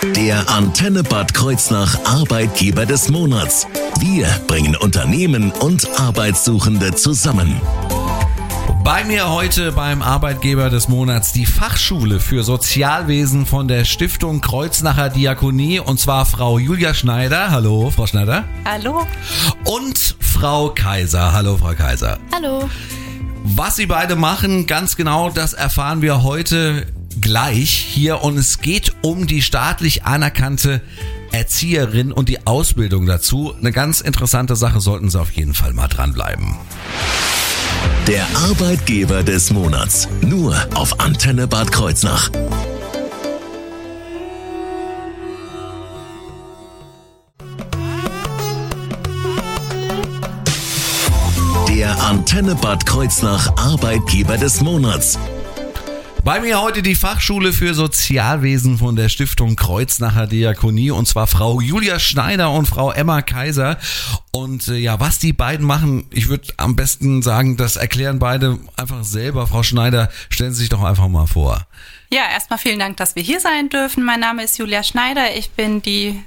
Der Antenne Bad Kreuznach Arbeitgeber des Monats. Wir bringen Unternehmen und Arbeitssuchende zusammen. Bei mir heute beim Arbeitgeber des Monats die Fachschule für Sozialwesen von der Stiftung Kreuznacher Diakonie, und zwar Frau Julia Schneider. Hallo, Frau Schneider. Hallo. Und Frau Kaiser. Hallo, Frau Kaiser. Hallo. Was Sie beide machen, ganz genau, das erfahren wir heute gleich hier, und es geht um die staatlich anerkannte Erzieherin und die Ausbildung dazu. Eine ganz interessante Sache, sollten Sie auf jeden Fall mal dranbleiben. Der Arbeitgeber des Monats. Nur auf Antenne Bad Kreuznach. Der Antenne Bad Kreuznach Arbeitgeber des Monats. Bei mir heute die Fachschule für Sozialwesen von der Stiftung Kreuznacher Diakonie, und zwar Frau Julia Schneider und Frau Emma Kaiser. Und was die beiden machen, ich würde am besten sagen, das erklären beide einfach selber. Frau Schneider, stellen Sie sich doch einfach mal vor. Ja, erstmal vielen Dank, dass wir hier sein dürfen. Mein Name ist Julia Schneider. Ich bin die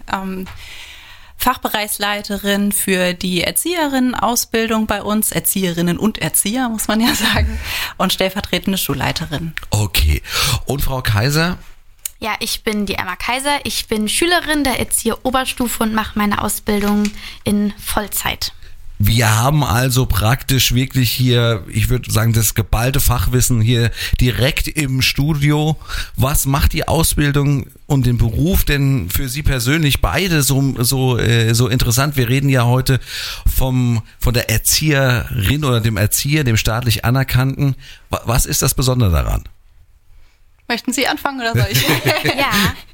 Fachbereichsleiterin für die Erzieherinnenausbildung bei uns, Erzieherinnen und Erzieher, muss man ja sagen, und stellvertretende Schulleiterin. Okay. Und Frau Kaiser? Ja, ich bin die Emma Kaiser. Ich bin Schülerin der Erzieher-Oberstufe und mache meine Ausbildung in Vollzeit. Wir haben also praktisch wirklich hier, ich würde sagen, das geballte Fachwissen hier direkt im Studio. Was macht die Ausbildung und den Beruf denn für Sie persönlich beide so interessant? Wir reden ja heute von der Erzieherin oder dem Erzieher, dem staatlich Anerkannten. Was ist das Besondere daran? Möchten Sie anfangen oder soll ich? Ja.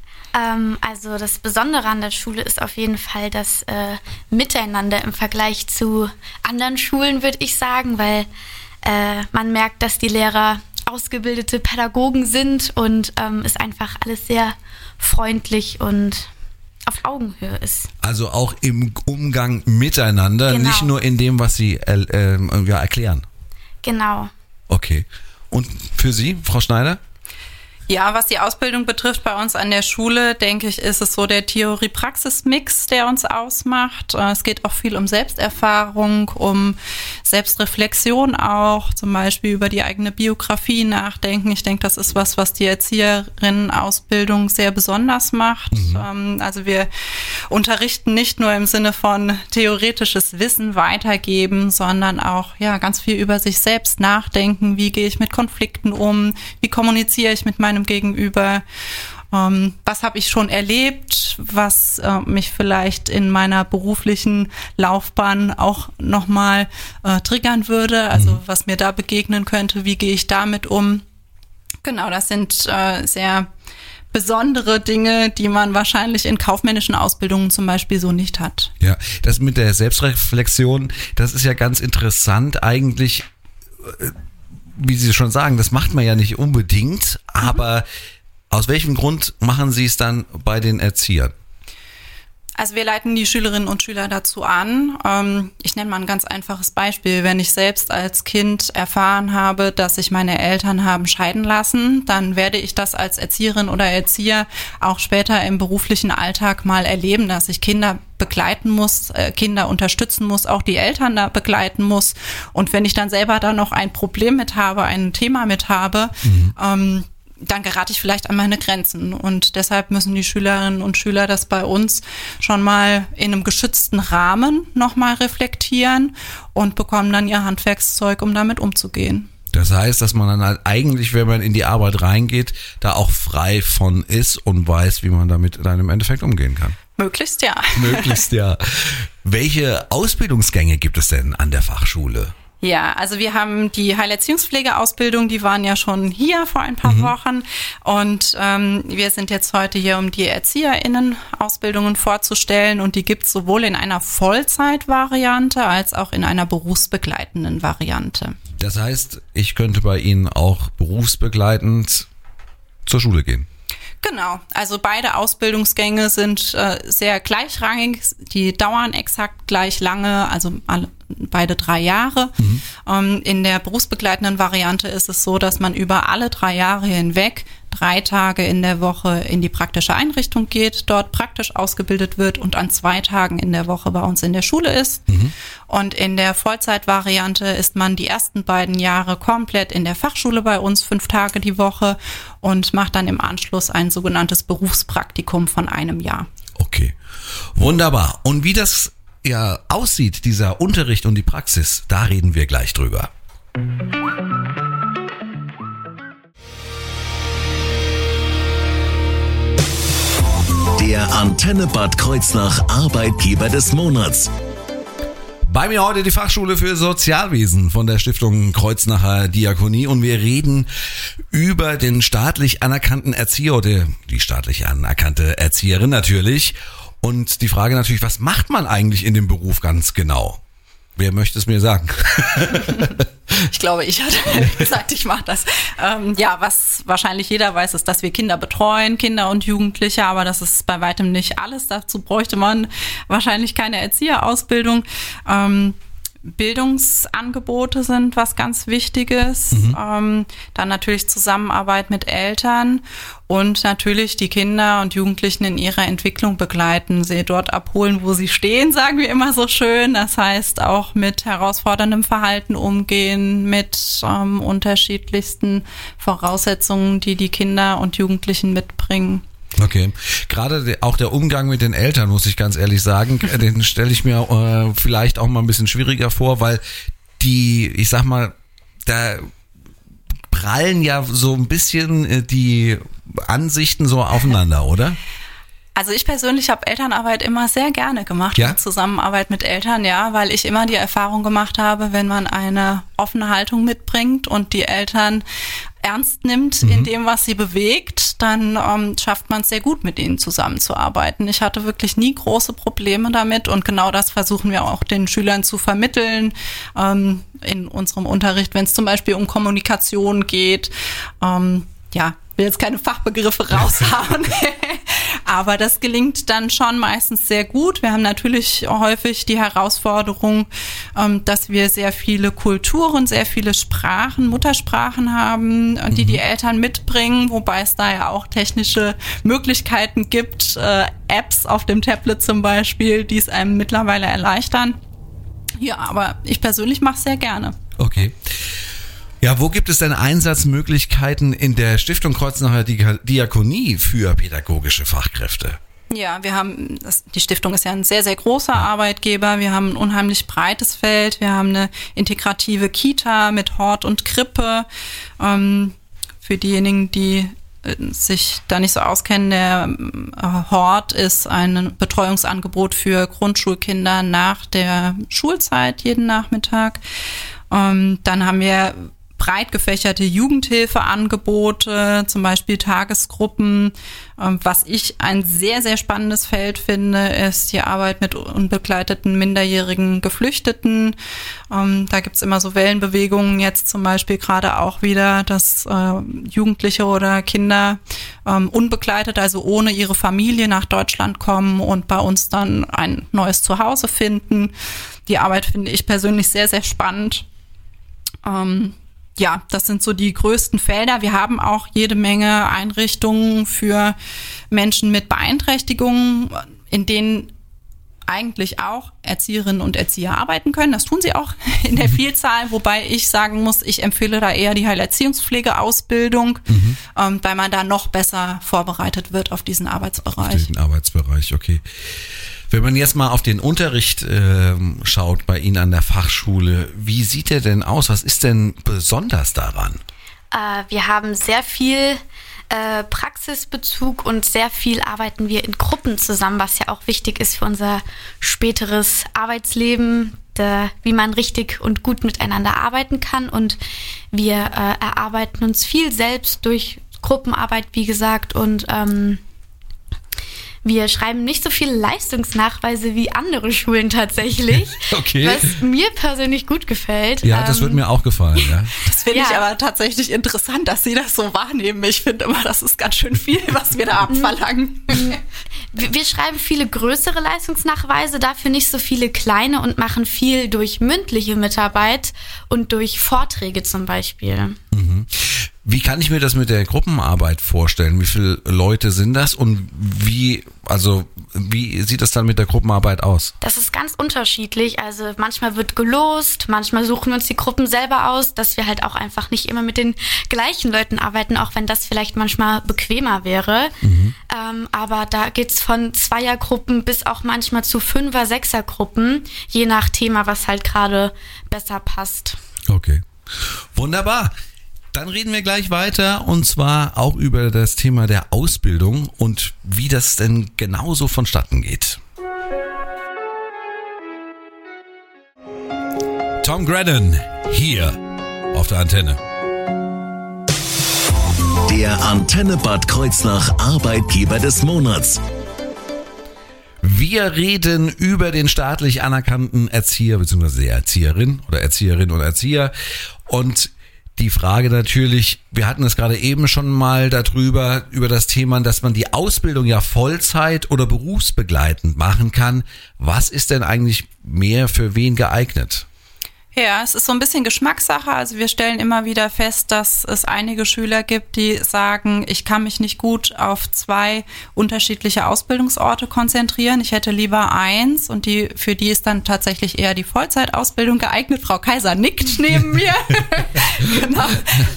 Also das Besondere an der Schule ist auf jeden Fall das Miteinander im Vergleich zu anderen Schulen, würde ich sagen, weil man merkt, dass die Lehrer ausgebildete Pädagogen sind und es einfach alles sehr freundlich und auf Augenhöhe ist. Also auch im Umgang miteinander, genau. Nicht nur in dem, was Sie erklären. Genau. Okay. Und für Sie, Frau Schneider? Ja, was die Ausbildung betrifft bei uns an der Schule, denke ich, ist es so der Theorie-Praxis-Mix, der uns ausmacht. Es geht auch viel um Selbsterfahrung, um Selbstreflexion auch, zum Beispiel über die eigene Biografie nachdenken. Ich denke, das ist was die Erzieherinnenausbildung sehr besonders macht. Also wir unterrichten nicht nur im Sinne von theoretisches Wissen weitergeben, sondern auch ganz viel über sich selbst nachdenken. Wie gehe ich mit Konflikten um? Wie kommuniziere ich mit meinem Gegenüber, was habe ich schon erlebt, was mich vielleicht in meiner beruflichen Laufbahn auch nochmal triggern würde, also was mir da begegnen könnte, wie gehe ich damit um. Genau, das sind sehr besondere Dinge, die man wahrscheinlich in kaufmännischen Ausbildungen zum Beispiel so nicht hat. Ja, das mit der Selbstreflexion, das ist ja ganz interessant eigentlich. Wie Sie schon sagen, das macht man ja nicht unbedingt, aber aus welchem Grund machen Sie es dann bei den Erziehern? Also wir leiten die Schülerinnen und Schüler dazu an. Ich nenne mal ein ganz einfaches Beispiel. Wenn ich selbst als Kind erfahren habe, dass sich meine Eltern haben scheiden lassen, dann werde ich das als Erzieherin oder Erzieher auch später im beruflichen Alltag mal erleben, dass ich Kinder begleiten muss, Kinder unterstützen muss, auch die Eltern da begleiten muss. Und wenn ich dann selber da noch ein Problem mit habe, ein Thema mit habe, dann gerate ich vielleicht an meine Grenzen. Und deshalb müssen die Schülerinnen und Schüler das bei uns schon mal in einem geschützten Rahmen nochmal reflektieren und bekommen dann ihr Handwerkszeug, um damit umzugehen. Das heißt, dass man dann halt eigentlich, wenn man in die Arbeit reingeht, da auch frei von ist und weiß, wie man damit dann im Endeffekt umgehen kann. Möglichst ja. Möglichst ja. Welche Ausbildungsgänge gibt es denn an der Fachschule? Ja, also wir haben die Heilerziehungspflegeausbildung, die waren ja schon hier vor ein paar Wochen und wir sind jetzt heute hier, um die ErzieherInnen-Ausbildungen vorzustellen, und die gibt es sowohl in einer Vollzeitvariante als auch in einer berufsbegleitenden Variante. Das heißt, ich könnte bei Ihnen auch berufsbegleitend zur Schule gehen? Genau, also beide Ausbildungsgänge sind sehr gleichrangig, die dauern exakt gleich lange, also beide 3 Jahre. In der berufsbegleitenden Variante ist es so, dass man über alle 3 Jahre hinweg 3 Tage in der Woche in die praktische Einrichtung geht, dort praktisch ausgebildet wird und an 2 Tagen in der Woche bei uns in der Schule ist. Und in der Vollzeitvariante ist man die ersten 2 Jahre komplett in der Fachschule bei uns, 5 Tage die Woche und macht dann im Anschluss ein sogenanntes Berufspraktikum von 1 Jahr. Okay, wunderbar. Und wie das ja aussieht, dieser Unterricht und die Praxis, da reden wir gleich drüber. Der Antenne Bad Kreuznach Arbeitgeber des Monats. Bei mir heute die Fachschule für Sozialwesen von der Stiftung Kreuznacher Diakonie und wir reden über den staatlich anerkannten Erzieher oder die staatlich anerkannte Erzieherin natürlich. Und die Frage natürlich, was macht man eigentlich in dem Beruf ganz genau? Wer möchte es mir sagen? Ich glaube, ich hatte gesagt, ich mache das. Was wahrscheinlich jeder weiß, ist, dass wir Kinder betreuen, Kinder und Jugendliche, aber das ist bei weitem nicht alles. Dazu bräuchte man wahrscheinlich keine Erzieherausbildung. Bildungsangebote sind was ganz Wichtiges. Dann natürlich Zusammenarbeit mit Eltern und natürlich die Kinder und Jugendlichen in ihrer Entwicklung begleiten, sie dort abholen, wo sie stehen, sagen wir immer so schön. Das heißt auch mit herausforderndem Verhalten umgehen, mit unterschiedlichsten Voraussetzungen, die die Kinder und Jugendlichen mitbringen. Okay, gerade auch der Umgang mit den Eltern, muss ich ganz ehrlich sagen, den stelle ich mir vielleicht auch mal ein bisschen schwieriger vor, weil ich sag mal, da prallen ja so ein bisschen die Ansichten so aufeinander, oder? Also ich persönlich habe Elternarbeit immer sehr gerne gemacht, ja? Zusammenarbeit mit Eltern, ja, weil ich immer die Erfahrung gemacht habe, wenn man eine offene Haltung mitbringt und die Eltern ernst nimmt in dem, was sie bewegt, dann schafft man es sehr gut, mit ihnen zusammenzuarbeiten. Ich hatte wirklich nie große Probleme damit und genau das versuchen wir auch den Schülern zu vermitteln in unserem Unterricht, wenn es zum Beispiel um Kommunikation geht. Will jetzt keine Fachbegriffe raushauen, aber das gelingt dann schon meistens sehr gut. Wir haben natürlich häufig die Herausforderung, dass wir sehr viele Kulturen, sehr viele Sprachen, Muttersprachen haben, die Eltern mitbringen, wobei es da ja auch technische Möglichkeiten gibt, Apps auf dem Tablet zum Beispiel, die es einem mittlerweile erleichtern. Ja, aber ich persönlich mache es sehr gerne. Okay. Ja, wo gibt es denn Einsatzmöglichkeiten in der Stiftung Kreuznacher Diakonie für pädagogische Fachkräfte? Ja, die Stiftung ist ja ein sehr, sehr großer Arbeitgeber. Wir haben ein unheimlich breites Feld. Wir haben eine integrative Kita mit Hort und Krippe. Für diejenigen, die sich da nicht so auskennen, der Hort ist ein Betreuungsangebot für Grundschulkinder nach der Schulzeit jeden Nachmittag. Dann haben wir breit gefächerte Jugendhilfeangebote, zum Beispiel Tagesgruppen. Was ich ein sehr, sehr spannendes Feld finde, ist die Arbeit mit unbegleiteten minderjährigen Geflüchteten. Da gibt's immer so Wellenbewegungen, jetzt zum Beispiel gerade auch wieder, dass Jugendliche oder Kinder unbegleitet, also ohne ihre Familie nach Deutschland kommen und bei uns dann ein neues Zuhause finden. Die Arbeit finde ich persönlich sehr, sehr spannend. Das sind so die größten Felder. Wir haben auch jede Menge Einrichtungen für Menschen mit Beeinträchtigungen, in denen eigentlich auch Erzieherinnen und Erzieher arbeiten können. Das tun sie auch in der Vielzahl, wobei ich sagen muss, ich empfehle da eher die Heilerziehungspflegeausbildung, weil man da noch besser vorbereitet wird auf diesen Arbeitsbereich. Auf diesen Arbeitsbereich, okay. Wenn man jetzt mal auf den Unterricht schaut bei Ihnen an der Fachschule, wie sieht der denn aus? Was ist denn besonders daran? Wir haben sehr viel Praxisbezug und sehr viel arbeiten wir in Gruppen zusammen, was ja auch wichtig ist für unser späteres Arbeitsleben, wie man richtig und gut miteinander arbeiten kann. Und wir erarbeiten uns viel selbst durch Gruppenarbeit, wie gesagt, und wir schreiben nicht so viele Leistungsnachweise wie andere Schulen tatsächlich, okay. Was mir persönlich gut gefällt. Ja, das wird mir auch gefallen. Ja. Das finde ich aber tatsächlich interessant, dass Sie das so wahrnehmen. Ich finde immer, das ist ganz schön viel, was wir da abverlangen. Wir schreiben viele größere Leistungsnachweise, dafür nicht so viele kleine und machen viel durch mündliche Mitarbeit und durch Vorträge zum Beispiel. Mhm. Wie kann ich mir das mit der Gruppenarbeit vorstellen? Wie viele Leute sind das und wie sieht das dann mit der Gruppenarbeit aus? Das ist ganz unterschiedlich. Also manchmal wird gelost, manchmal suchen wir uns die Gruppen selber aus, dass wir halt auch einfach nicht immer mit den gleichen Leuten arbeiten, auch wenn das vielleicht manchmal bequemer wäre. Mhm. Aber da geht's von Zweiergruppen bis auch manchmal zu Fünfer-, Sechsergruppen, je nach Thema, was halt gerade besser passt. Okay, wunderbar. Dann reden wir gleich weiter und zwar auch über das Thema der Ausbildung und wie das denn genauso vonstatten geht. Tom Grennan hier auf der Antenne. Der Antenne Bad Kreuznach Arbeitgeber des Monats. Wir reden über den staatlich anerkannten Erzieher bzw. Erzieherin oder Erzieherinnen und Erzieher und die Frage natürlich, wir hatten es gerade eben schon mal über das Thema, dass man die Ausbildung ja Vollzeit oder berufsbegleitend machen kann. Was ist denn eigentlich mehr für wen geeignet? Ja, es ist so ein bisschen Geschmackssache. Also wir stellen immer wieder fest, dass es einige Schüler gibt, die sagen, ich kann mich nicht gut auf 2 unterschiedliche Ausbildungsorte konzentrieren. Ich hätte lieber eins und für die ist dann tatsächlich eher die Vollzeitausbildung geeignet. Frau Kaiser nickt neben mir. Genau.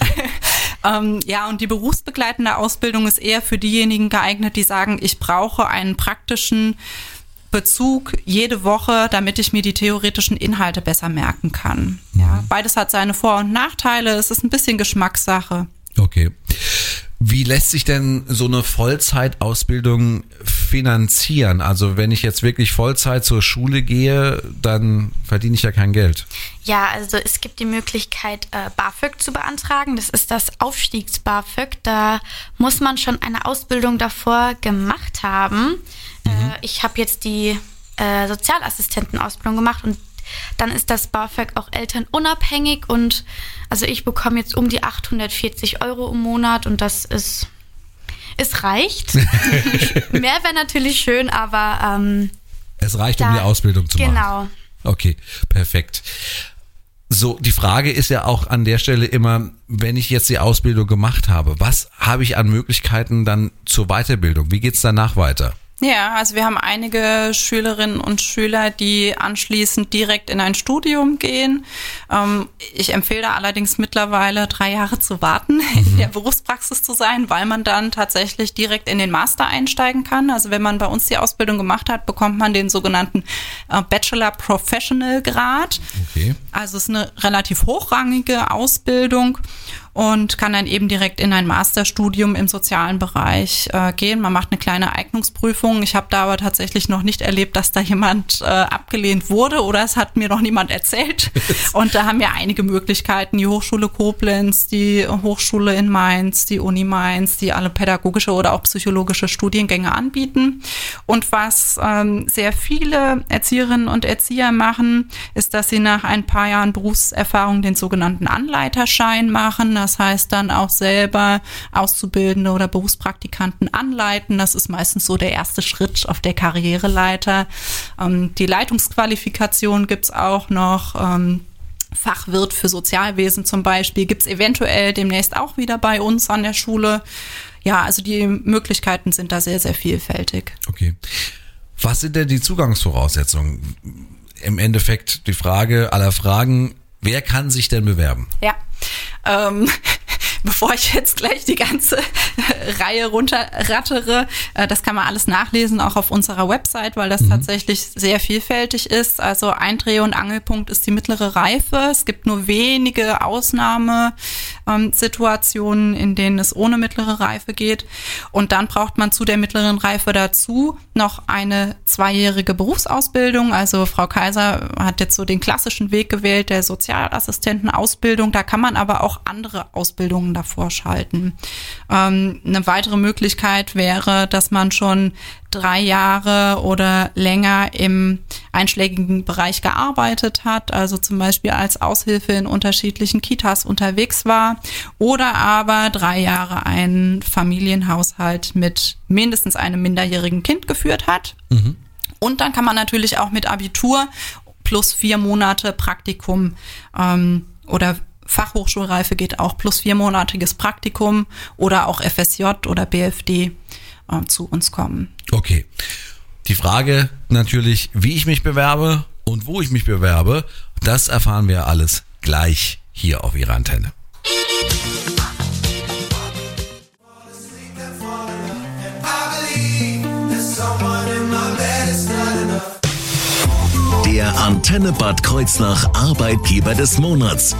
Ja, und die berufsbegleitende Ausbildung ist eher für diejenigen geeignet, die sagen, ich brauche einen praktischen Bezug jede Woche, damit ich mir die theoretischen Inhalte besser merken kann. Ja, beides hat seine Vor- und Nachteile. Es ist ein bisschen Geschmackssache. Okay. Wie lässt sich denn so eine Vollzeitausbildung finanzieren? Also wenn ich jetzt wirklich Vollzeit zur Schule gehe, dann verdiene ich ja kein Geld. Ja, also es gibt die Möglichkeit, BAföG zu beantragen. Das ist das Aufstiegs-BAföG. Da muss man schon eine Ausbildung davor gemacht haben. Ich habe jetzt die Sozialassistentenausbildung gemacht und dann ist das BAföG auch elternunabhängig und also ich bekomme jetzt um die 840 € im Monat und es reicht. Mehr wäre natürlich schön, aber es reicht, um die Ausbildung zu machen. Genau. Okay, perfekt. So, die Frage ist ja auch an der Stelle immer, wenn ich jetzt die Ausbildung gemacht habe, was habe ich an Möglichkeiten dann zur Weiterbildung? Wie geht's danach weiter? Ja, also wir haben einige Schülerinnen und Schüler, die anschließend direkt in ein Studium gehen. Ich empfehle da allerdings mittlerweile 3 Jahre zu warten, in der Berufspraxis zu sein, weil man dann tatsächlich direkt in den Master einsteigen kann. Also wenn man bei uns die Ausbildung gemacht hat, bekommt man den sogenannten Bachelor Professional Grad. Okay. Also es ist eine relativ hochrangige Ausbildung und kann dann eben direkt in ein Masterstudium im sozialen Bereich gehen. Man macht eine kleine Eignungsprüfung. Ich habe da aber tatsächlich noch nicht erlebt, dass da jemand abgelehnt wurde oder es hat mir noch niemand erzählt. Und da haben wir einige Möglichkeiten. Die Hochschule Koblenz, die Hochschule in Mainz, die Uni Mainz, die alle pädagogische oder auch psychologische Studiengänge anbieten. Und was sehr viele Erzieherinnen und Erzieher machen, ist, dass sie nach ein paar Jahren Berufserfahrung den sogenannten Anleiterschein machen. Das heißt dann auch selber Auszubildende oder Berufspraktikanten anleiten. Das ist meistens so der erste Schritt auf der Karriereleiter. Die Leitungsqualifikation gibt's auch noch. Fachwirt für Sozialwesen zum Beispiel gibt's eventuell demnächst auch wieder bei uns an der Schule. Ja, also die Möglichkeiten sind da sehr, sehr vielfältig. Okay. Was sind denn die Zugangsvoraussetzungen? Im Endeffekt die Frage aller Fragen, wer kann sich denn bewerben? Ja, bevor ich jetzt gleich die ganze Reihe runterrattere, das kann man alles nachlesen, auch auf unserer Website, weil das tatsächlich sehr vielfältig ist. Also ein Dreh- und Angelpunkt ist die mittlere Reife. Es gibt nur wenige Ausnahmesituationen, in denen es ohne mittlere Reife geht. Und dann braucht man zu der mittleren Reife dazu noch eine 2-jährige Berufsausbildung. Also Frau Kaiser hat jetzt so den klassischen Weg gewählt, der Sozialassistentenausbildung. Da kann man aber auch andere Ausbildungen davor schalten. Eine weitere Möglichkeit wäre, dass man schon 3 Jahre oder länger im einschlägigen Bereich gearbeitet hat, also zum Beispiel als Aushilfe in unterschiedlichen Kitas unterwegs war oder aber 3 Jahre einen Familienhaushalt mit mindestens einem minderjährigen Kind geführt hat. Und dann kann man natürlich auch mit Abitur plus 4 Monate Praktikum oder Fachhochschulreife geht auch plus 4-monatiges Praktikum oder auch FSJ oder BFD zu uns kommen. Okay. Die Frage natürlich, wie ich mich bewerbe und wo ich mich bewerbe, das erfahren wir alles gleich hier auf Ihrer Antenne. Der Antenne Bad Kreuznach Arbeitgeber des Monats.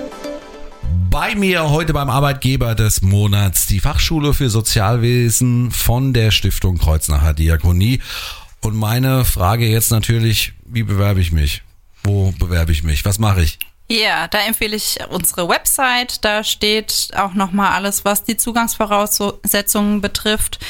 Bei mir heute beim Arbeitgeber des Monats die Fachschule für Sozialwesen von der Stiftung Kreuznacher Diakonie. Und meine Frage jetzt natürlich, wie bewerbe ich mich? Wo bewerbe ich mich? Was mache ich? Ja, da empfehle ich unsere Website. Da steht auch nochmal alles, was die Zugangsvoraussetzungen betrifft.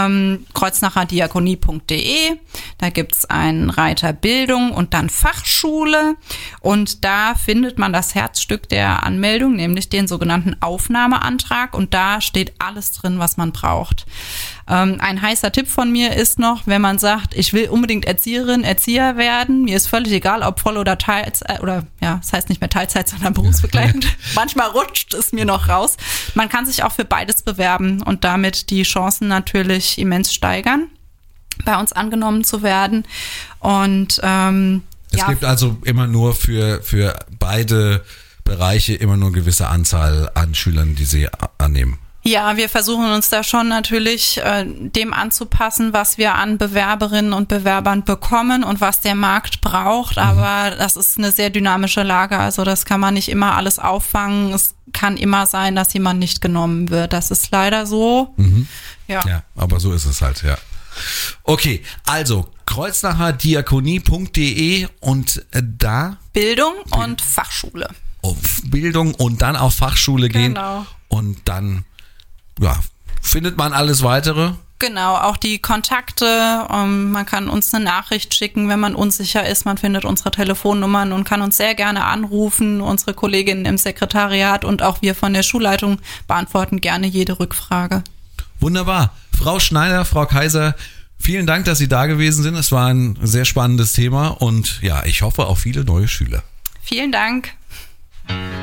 kreuznacherdiakonie.de. Da gibt's einen Reiter Bildung und dann Fachschule. Und da findet man das Herzstück der Anmeldung, nämlich den sogenannten Aufnahmeantrag. Und da steht alles drin, was man braucht. Ein heißer Tipp von mir ist noch, wenn man sagt, ich will unbedingt Erzieherin, Erzieher werden, mir ist völlig egal, ob Voll- oder Teilzeit, oder ja, das heißt nicht mehr Teilzeit, sondern berufsbegleitend. Manchmal rutscht es mir noch raus. Man kann sich auch für beides bewerben und damit die Chancen natürlich immens steigern, bei uns angenommen zu werden. Und es gibt also immer nur für beide Bereiche immer nur eine gewisse Anzahl an Schülern, die sie annehmen. Ja, wir versuchen uns da schon natürlich dem anzupassen, was wir an Bewerberinnen und Bewerbern bekommen und was der Markt braucht. Aber das ist eine sehr dynamische Lage. Also das kann man nicht immer alles auffangen. Es kann immer sein, dass jemand nicht genommen wird. Das ist leider so. Ja, aber so ist es halt, ja. Okay, also kreuznacherdiakonie.de und da Bildung und Fachschule. Auf Bildung und dann auf Fachschule gehen. Genau. Und dann findet man alles Weitere? Genau, auch die Kontakte. Man kann uns eine Nachricht schicken, wenn man unsicher ist. Man findet unsere Telefonnummern und kann uns sehr gerne anrufen. Unsere Kolleginnen im Sekretariat und auch wir von der Schulleitung beantworten gerne jede Rückfrage. Wunderbar. Frau Schneider, Frau Kaiser, vielen Dank, dass Sie da gewesen sind. Es war ein sehr spannendes Thema und ja, ich hoffe auf viele neue Schüler. Vielen Dank.